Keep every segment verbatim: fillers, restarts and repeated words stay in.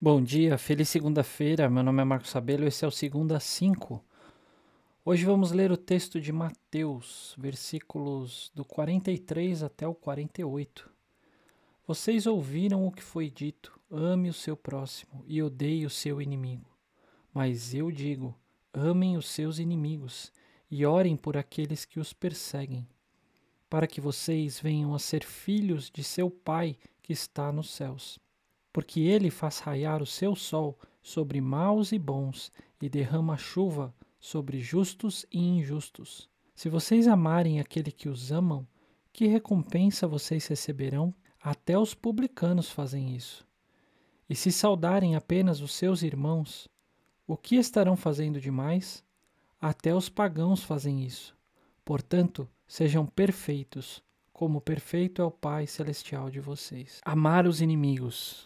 Bom dia, feliz segunda-feira. Meu nome é Marcos Sabelo, esse é o Segunda cinco. Hoje vamos ler o texto de Mateus, versículos do quarenta e três até o quarenta e oito. Vocês ouviram o que foi dito: ame o seu próximo e odeie o seu inimigo. Mas eu digo: amem os seus inimigos e orem por aqueles que os perseguem, para que vocês venham a ser filhos de seu Pai que está nos céus. Porque ele faz raiar o seu sol sobre maus e bons e derrama chuva sobre justos e injustos. Se vocês amarem aquele que os amam, que recompensa vocês receberão? Até os publicanos fazem isso. E se saudarem apenas os seus irmãos, o que estarão fazendo demais? Até os pagãos fazem isso. Portanto, sejam perfeitos, como perfeito é o Pai Celestial de vocês. Amar os inimigos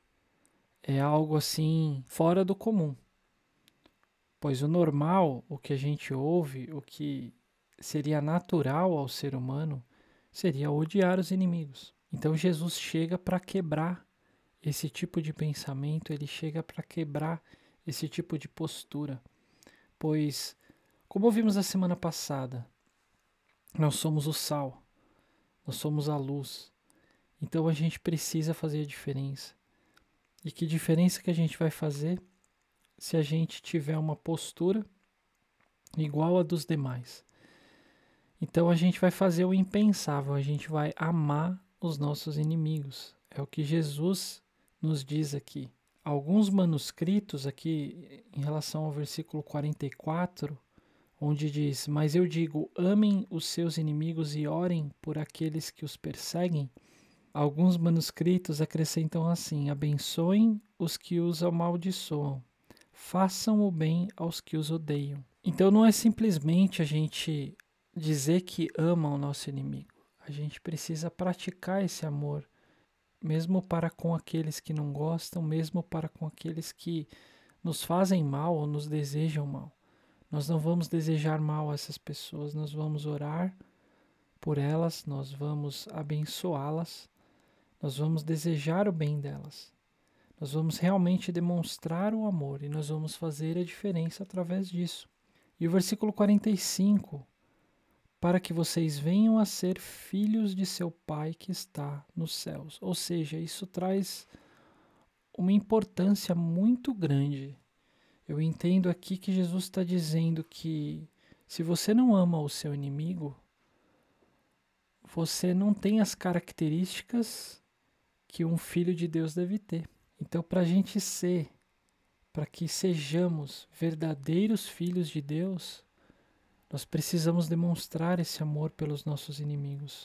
é algo assim fora do comum, pois o normal, o que a gente ouve, o que seria natural ao ser humano, seria odiar os inimigos. Então Jesus chega para quebrar esse tipo de pensamento, ele chega para quebrar esse tipo de postura, pois, como vimos a semana passada, nós somos o sal, nós somos a luz, então a gente precisa fazer a diferença. E que diferença que a gente vai fazer se a gente tiver uma postura igual a dos demais? Então a gente vai fazer o impensável, a gente vai amar os nossos inimigos. É o que Jesus nos diz aqui. Alguns manuscritos aqui em relação ao versículo quarenta e quatro, onde diz: mas eu digo, amem os seus inimigos e orem por aqueles que os perseguem. Alguns manuscritos acrescentam assim: abençoem os que os amaldiçoam, façam o bem aos que os odeiam. Então não é simplesmente a gente dizer que ama o nosso inimigo. A gente precisa praticar esse amor, mesmo para com aqueles que não gostam, mesmo para com aqueles que nos fazem mal ou nos desejam mal. Nós não vamos desejar mal a essas pessoas, nós vamos orar por elas, nós vamos abençoá-las. Nós vamos desejar o bem delas. Nós vamos realmente demonstrar o amor e nós vamos fazer a diferença através disso. E o versículo quarenta e cinco, para que vocês venham a ser filhos de seu Pai que está nos céus. Ou seja, isso traz uma importância muito grande. Eu entendo aqui que Jesus está dizendo que se você não ama o seu inimigo, você não tem as características que um filho de Deus deve ter. Então, para a gente ser, para que sejamos verdadeiros filhos de Deus, nós precisamos demonstrar esse amor pelos nossos inimigos.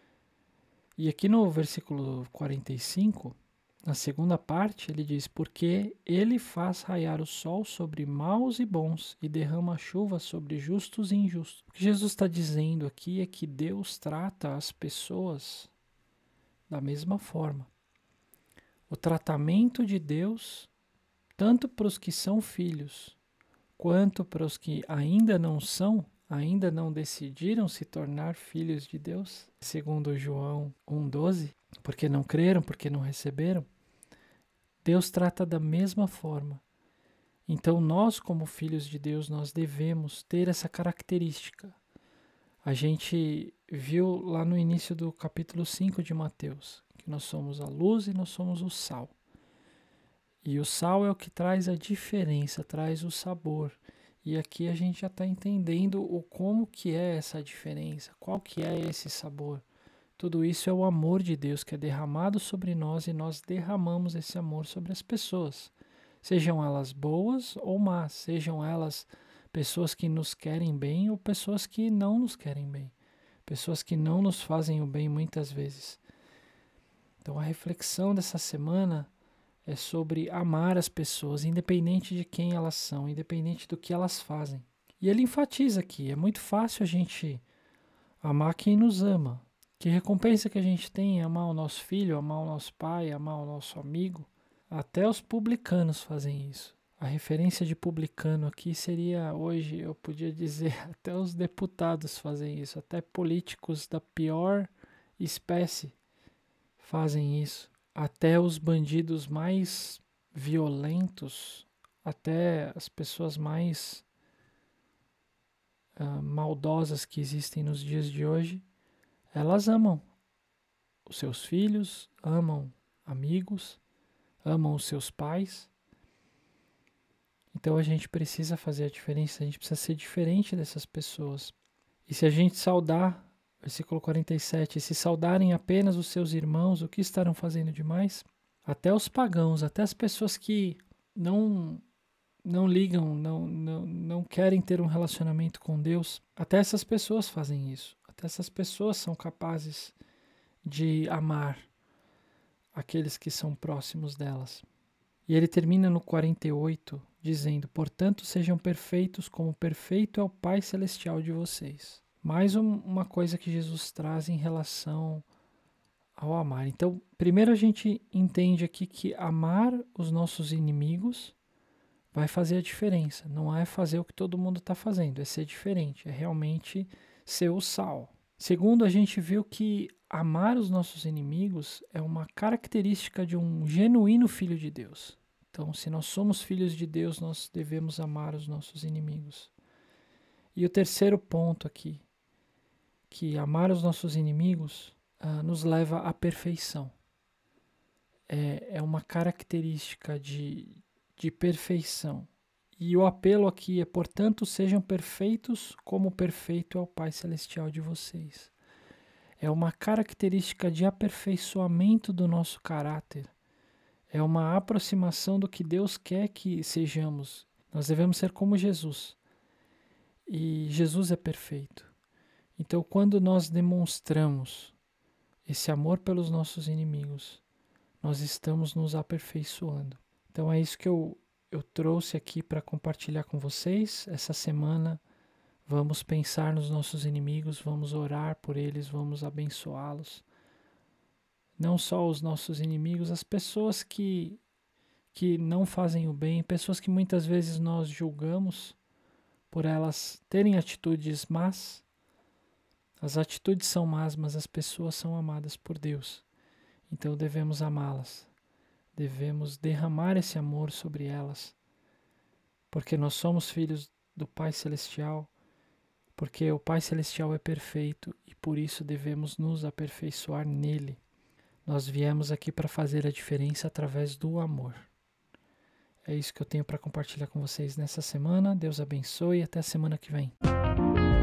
E aqui no versículo quarenta e cinco, na segunda parte, ele diz: porque ele faz raiar o sol sobre maus e bons e derrama chuva sobre justos e injustos. O que Jesus está dizendo aqui é que Deus trata as pessoas da mesma forma. O tratamento de Deus, tanto para os que são filhos, quanto para os que ainda não são, ainda não decidiram se tornar filhos de Deus, segundo João um doze, porque não creram, porque não receberam, Deus trata da mesma forma. Então nós, como filhos de Deus, nós devemos ter essa característica. A gente viu lá no início do capítulo cinco de Mateus, que nós somos a luz e nós somos o sal. E o sal é o que traz a diferença, traz o sabor. E aqui a gente já está entendendo o como que é essa diferença, qual que é esse sabor. Tudo isso é o amor de Deus que é derramado sobre nós e nós derramamos esse amor sobre as pessoas. Sejam elas boas ou más, sejam elas pessoas que nos querem bem ou pessoas que não nos querem bem. Pessoas que não nos fazem o bem muitas vezes. Então a reflexão dessa semana é sobre amar as pessoas, independente de quem elas são, independente do que elas fazem. E ele enfatiza aqui, é muito fácil a gente amar quem nos ama. Que recompensa que a gente tem em amar o nosso filho, amar o nosso pai, amar o nosso amigo. Até os publicanos fazem isso. A referência de publicano aqui seria, hoje eu podia dizer, até os deputados fazem isso, até políticos da pior espécie fazem isso. Até os bandidos mais violentos, até as pessoas mais uh, maldosas que existem nos dias de hoje, elas amam os seus filhos, amam amigos, amam os seus pais. Então a gente precisa fazer a diferença, a gente precisa ser diferente dessas pessoas. E se a gente saudar, versículo quarenta e sete, se saudarem apenas os seus irmãos, o que estarão fazendo demais? Até os pagãos, até as pessoas que não não ligam, não, não, não querem ter um relacionamento com Deus, até essas pessoas fazem isso. Até essas pessoas são capazes de amar aqueles que são próximos delas. E ele termina no quarenta e oito dizendo: portanto, sejam perfeitos como perfeito é o Pai Celestial de vocês. Mais um, uma coisa que Jesus traz em relação ao amar. Então, primeiro a gente entende aqui que amar os nossos inimigos vai fazer a diferença. Não é fazer o que todo mundo está fazendo, é ser diferente, é realmente ser o sal. Segundo, a gente viu que amar os nossos inimigos é uma característica de um genuíno filho de Deus. Então, se nós somos filhos de Deus, nós devemos amar os nossos inimigos. E o terceiro ponto aqui, que amar os nossos inimigos uh, nos leva à perfeição. É, é uma característica de, de perfeição. E o apelo aqui é, portanto, sejam perfeitos como perfeito é o Pai Celestial de vocês. É uma característica de aperfeiçoamento do nosso caráter. É uma aproximação do que Deus quer que sejamos. Nós devemos ser como Jesus. E Jesus é perfeito. Então, quando nós demonstramos esse amor pelos nossos inimigos, nós estamos nos aperfeiçoando. Então, é isso que eu, eu trouxe aqui para compartilhar com vocês. Essa semana, vamos pensar nos nossos inimigos, vamos orar por eles, vamos abençoá-los. Não só os nossos inimigos, as pessoas que, que não fazem o bem, pessoas que muitas vezes nós julgamos por elas terem atitudes más. As atitudes são más, mas as pessoas são amadas por Deus. Então devemos amá-las. Devemos derramar esse amor sobre elas. Porque nós somos filhos do Pai Celestial. Porque o Pai Celestial é perfeito e por isso devemos nos aperfeiçoar nele. Nós viemos aqui para fazer a diferença através do amor. É isso que eu tenho para compartilhar com vocês nessa semana. Deus abençoe e até a semana que vem.